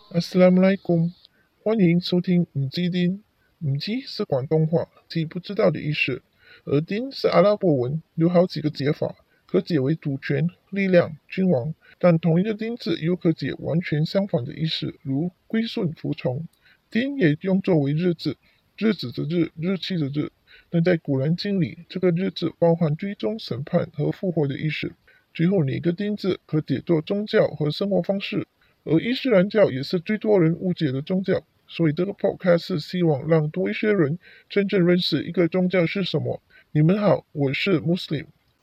阿斯拉姆莱贡，欢迎收听母鸡丁。母鸡是广东话，即不知道的意思，而丁是阿拉伯文，有好几个解法，可解为主权、力量、君王，但同一个丁字又可解完全相反的意思，如归顺、服从。丁也用作为日字，日子的日，日期的日，但在古兰经里，这个日字包含追踪、审判和复活的意思。最后，哪个丁字可解作宗教和生活方式。而伊斯兰教也是最多人误解的宗教，所以这个 podcast 是希望让多一些人真正认识一个宗教是什么。你们好，我是 Muslim。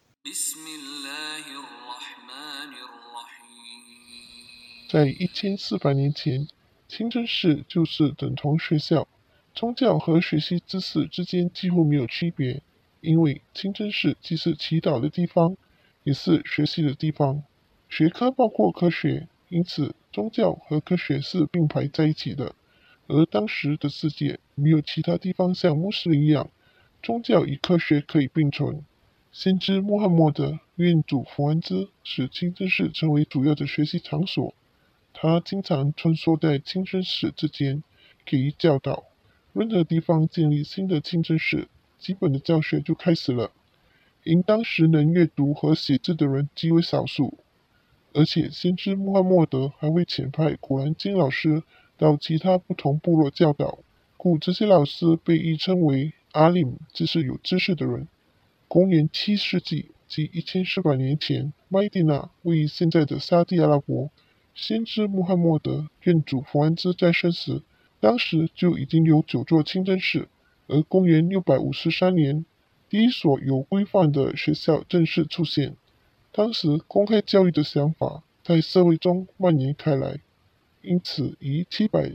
在1400年前，清真寺就是等同学校，宗教和学习知识之间几乎没有区别，因为清真寺既是祈祷的地方，也是学习的地方。学科包括科学，因此宗教和科学是并排在一起的。而当时的世界没有其他地方像穆斯林一样，宗教与科学可以并存。先知穆罕默德愿主福安之使清真寺成为主要的学习场所。他经常穿梭在清真寺之间，给予教导。任何地方建立新的清真寺，基本的教学就开始了。因当时能阅读和写字的人极为少数，而且先知穆罕默德还会遣派古兰经老师到其他不同部落教导，故这些老师被译称为阿林，即是有知识的人。公元7世纪，即1400年前，麦地那位于现在的沙地阿拉伯。先知穆罕默德愿主福安之在生时，当时就已经有9座清真寺，而公元653年，第一所有规范的学校正式出现。当时公开教育的想法在社会中蔓延开来，因此于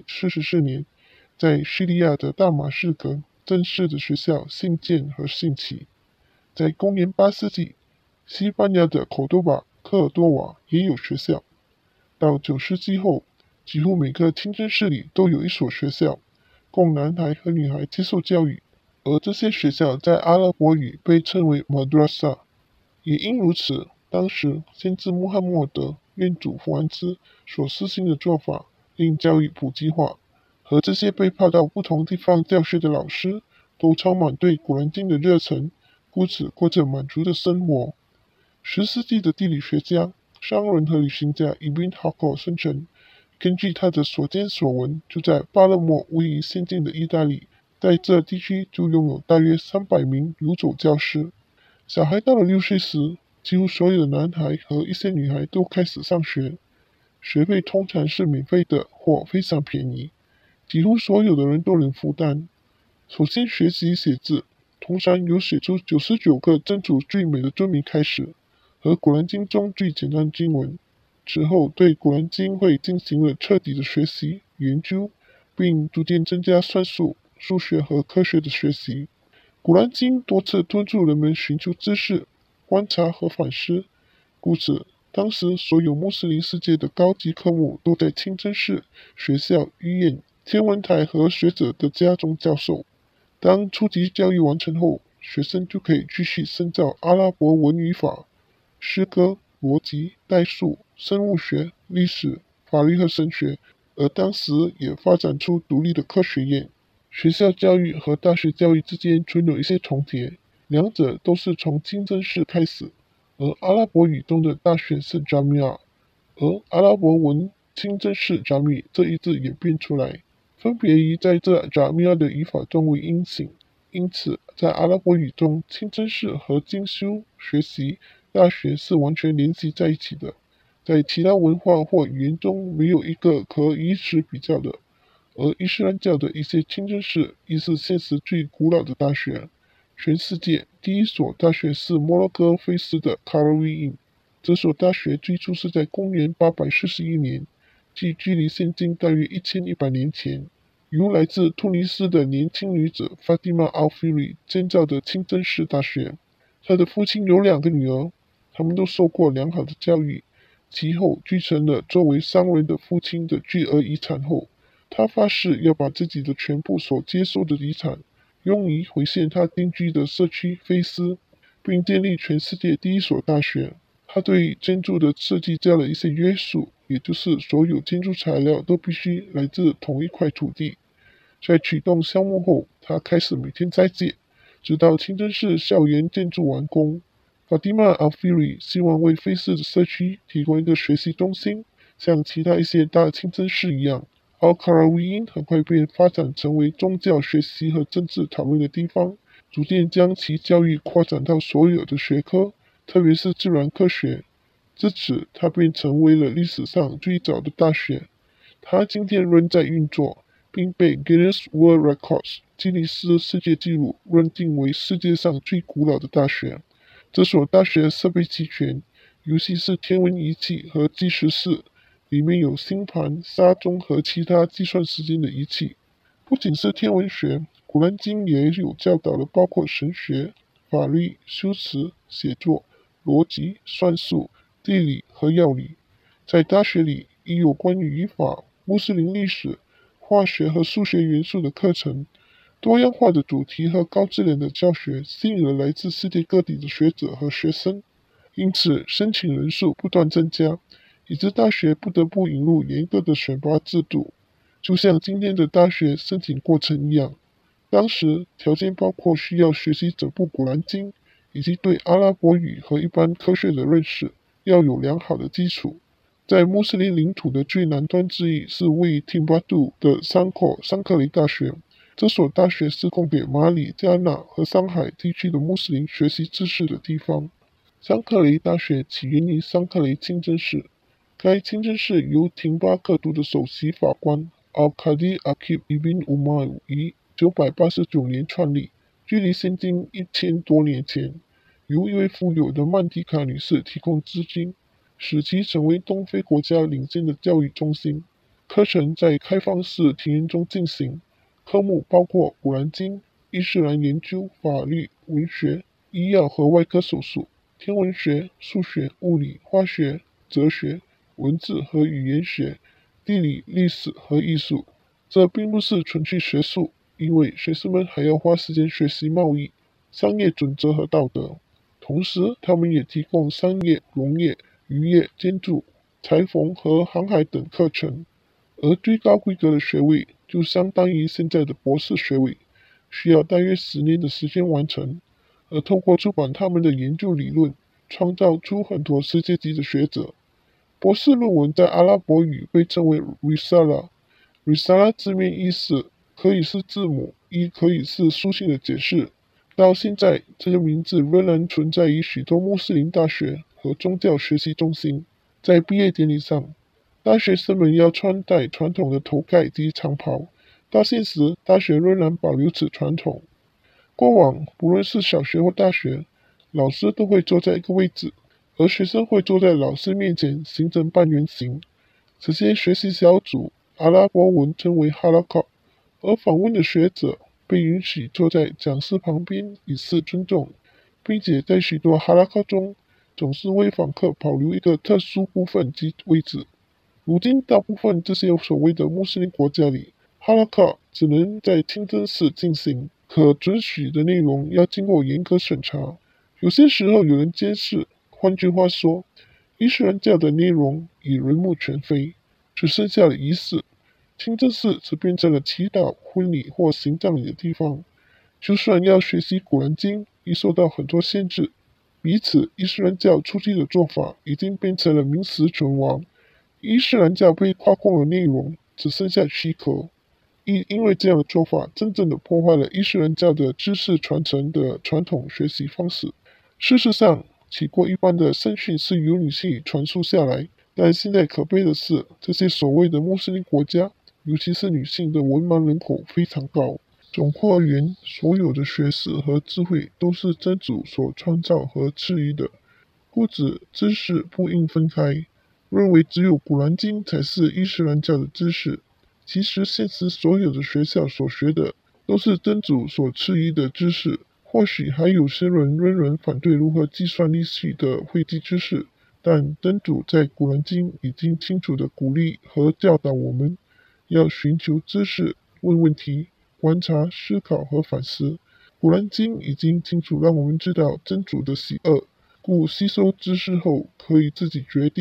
744年，在叙利亚的大马士革正式的学校兴建和兴起。在公元8世纪，西班牙的科多巴、科尔多瓦也有学校。到9世纪后，几乎每个清真寺里都有一所学校，供男孩和女孩接受教育，而这些学校在阿拉伯语被称为 madrasa。也因如此，当时先知穆罕默德愿主福安之所实行的做法，令教育普及化，和这些被派到不同地方教学的老师，都充满对古兰经的热忱，故此过着满足的生活。10世纪的地理学家、商人和旅行家Ibn Haldun声称，根据他的所见所闻，就在巴勒莫位于现今的意大利，在这地区就拥有大约300名游走教师。小孩到了6岁时，几乎所有的男孩和一些女孩都开始上学，学费通常是免费的或非常便宜，几乎所有的人都能负担。首先学习写字，通常由写出99个真主最美的尊名开始，和古兰经中最简单的经文。之后对古兰经会进行了彻底的学习、研究，并逐渐增加算术、数学和科学的学习。古兰经多次敦促人们寻求知识、观察和反思，故此，当时所有穆斯林世界的高级科目都在清真寺、学校、医院、天文台和学者的家中教授。当初级教育完成后，学生就可以继续深造阿拉伯文语法、诗歌、逻辑、代数、生物学、历史、法律和神学，而当时也发展出独立的科学院。学校教育和大学教育之间存有一些重叠，两者都是从清真寺开始，而阿拉伯语中的大学是 Jamia， 而阿拉伯文清真寺 Jami 这一字演变出来，分别于在这 Jamia 的语法中为阴性，因此在阿拉伯语中，清真寺和精修、学习、大学是完全联系在一起的，在其他文化或语言中没有一个可以此比较的。而伊斯兰教的一些清真寺亦是现实最古老的大学。全世界第一所大学是摩洛哥菲斯的卡罗维因，这所大学最初是在公元841年，即距离现今大约1100年前，由来自突尼斯的年轻女子法蒂玛·奥菲里建造的清真寺大学。她的父亲有2个女儿，她们都受过良好的教育，其后继承了作为商人的父亲的巨额遗产后，他发誓要把自己的全部所接收的遗产用于回献他定居的社区菲斯，并建立全世界第一所大学。他对建筑的设计加了一些约束， 也就是所有建筑材料都必须来自同一块土地。在启动项目后，他开始每天斋戒，直到清真寺校园建筑完工。Fatima Al-Firi 希望为菲斯的社区提供一个学习中心，像其他一些大清真寺一样。Al-Qarawiyyin 很快便发展成为宗教学习和政治讨论的地方，逐渐将其教育扩展到所有的学科，特别是自然科学。自此，它便成为了历史上最早的大学。它今天仍在运作，并被 Guinness World Records 吉尼斯世界纪录认定为世界上最古老的大学。这所大学设备齐全，尤其是天文仪器和计时室，里面有星盘、沙钟和其他计算时间的仪器。不仅是天文学，古兰经也有教导了包括神学、法律、修辞、写作、逻辑、算术、地理和药理。在大学里亦有关于语法、穆斯林历史、化学和数学元素的课程。多样化的主题和高质量的教学吸引了来自世界各地的学者和学生，因此申请人数不断增加，以致大学不得不引入严格的选拔制度，就像今天的大学申请过程一样。当时条件包括需要学习整部古兰经，以及对阿拉伯语和一般科学的认识要有良好的基础。在穆斯林领土的最南端之一是位于廷巴杜的桑克雷大学。这所大学是供给马里、加纳和上海地区的穆斯林学习知识的地方。桑克雷大学起源于桑克雷清真寺，该清真寺由廷巴克都的首席法官 Al-Qadi Aqib ibn Umar 于989年创立，距离现今1000多年前，由一位富有的曼迪卡女士提供资金，使其成为东非国家领先的教育中心。课程在开放式庭园中进行。科目包括古兰经、伊斯兰研究、法律、文学、医药和外科手术、天文学、数学、物理、化学、哲学、文字和语言学、地理、历史和艺术。这并不是纯粹学术，因为学生们还要花时间学习贸易、商业准则和道德。同时，他们也提供商业、农业、渔业、建筑、裁缝和航海等课程。而最高规格的学位就相当于现在的博士学位，需要大约10年的时间完成。而通过出版他们的研究理论，创造出很多世界级的学者。博士论文在阿拉伯语被称为 Risala。Risala 字面意思可以是字母，亦可以是书信的解释。到现在，这个名字仍然存在于许多穆斯林大学和宗教学习中心。在毕业典礼上，大学生们要穿戴传统的头盖及长袍，到现时，大学仍然保留此传统。过往，不论是小学或大学，老师都会坐在一个位置，而学生会坐在老师面前形成半圆形。这些学习小组，阿拉伯文称为 halaqah， 而访问的学者被允许坐在讲师旁边以示尊重，并且在许多 halaqah 中，总是为访客保留一个特殊部分及位置。如今，大部分这些所谓的穆斯林国家里，哈拉卡只能在清真寺进行，可准许的内容要经过严格审查，有些时候有人监视。换句话说，伊斯兰教的内容已人目全非，只剩下了仪式。清真寺则变成了祈祷、婚礼或行葬礼的地方。就算要学习古兰经，亦受到很多限制。彼此，伊斯兰教初期的做法已经变成了名实存亡。伊斯兰教被夸空的内容只剩下躯壳，因为这样的做法真正的破坏了伊斯兰教的知识传承的传统学习方式。事实上，起过一般的圣训是由女性传述下来，但现在可悲的是，这些所谓的穆斯林国家，尤其是女性的文盲人口非常高。总括而言，所有的学识和智慧都是真主所创造和赐予的，故此知识不应分开。认为只有古兰经才是伊斯兰教的知识，其实现实所有的学校所学的都是真主所赐予的知识。或许还有些人仍然反对如何计算利息的会计知识，但真主在古兰经已经清楚地鼓励和教导我们，要寻求知识、问问题、观察、思考和反思。古兰经已经清楚让我们知道真主的喜恶，故吸收知识后可以自己决定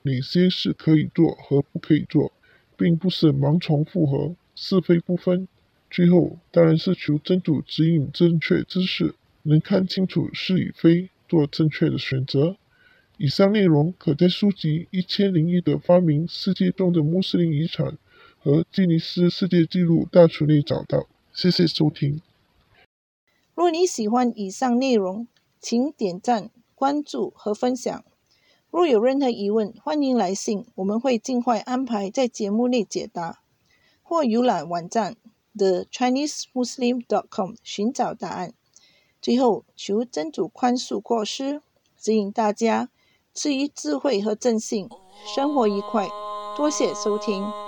哪些是可以做和不可以做，并不是盲从附和，是非不分。最后当然是求真主指引正确知识，能看清楚是与非，做正确的选择。以上内容可在书籍《1001的发明：世界中的穆斯林遗产》和吉尼斯世界纪录大全内找到。谢谢收听。 若你喜欢以上内容，请点赞、关注和分享。若有任何疑问，欢迎来信，我们会尽快安排在节目内解答，或浏览网站 thechinesemuslim.com 寻找答案。最后，求真主宽恕过失，指引大家赐予智慧和正信，生活愉快。多谢收听。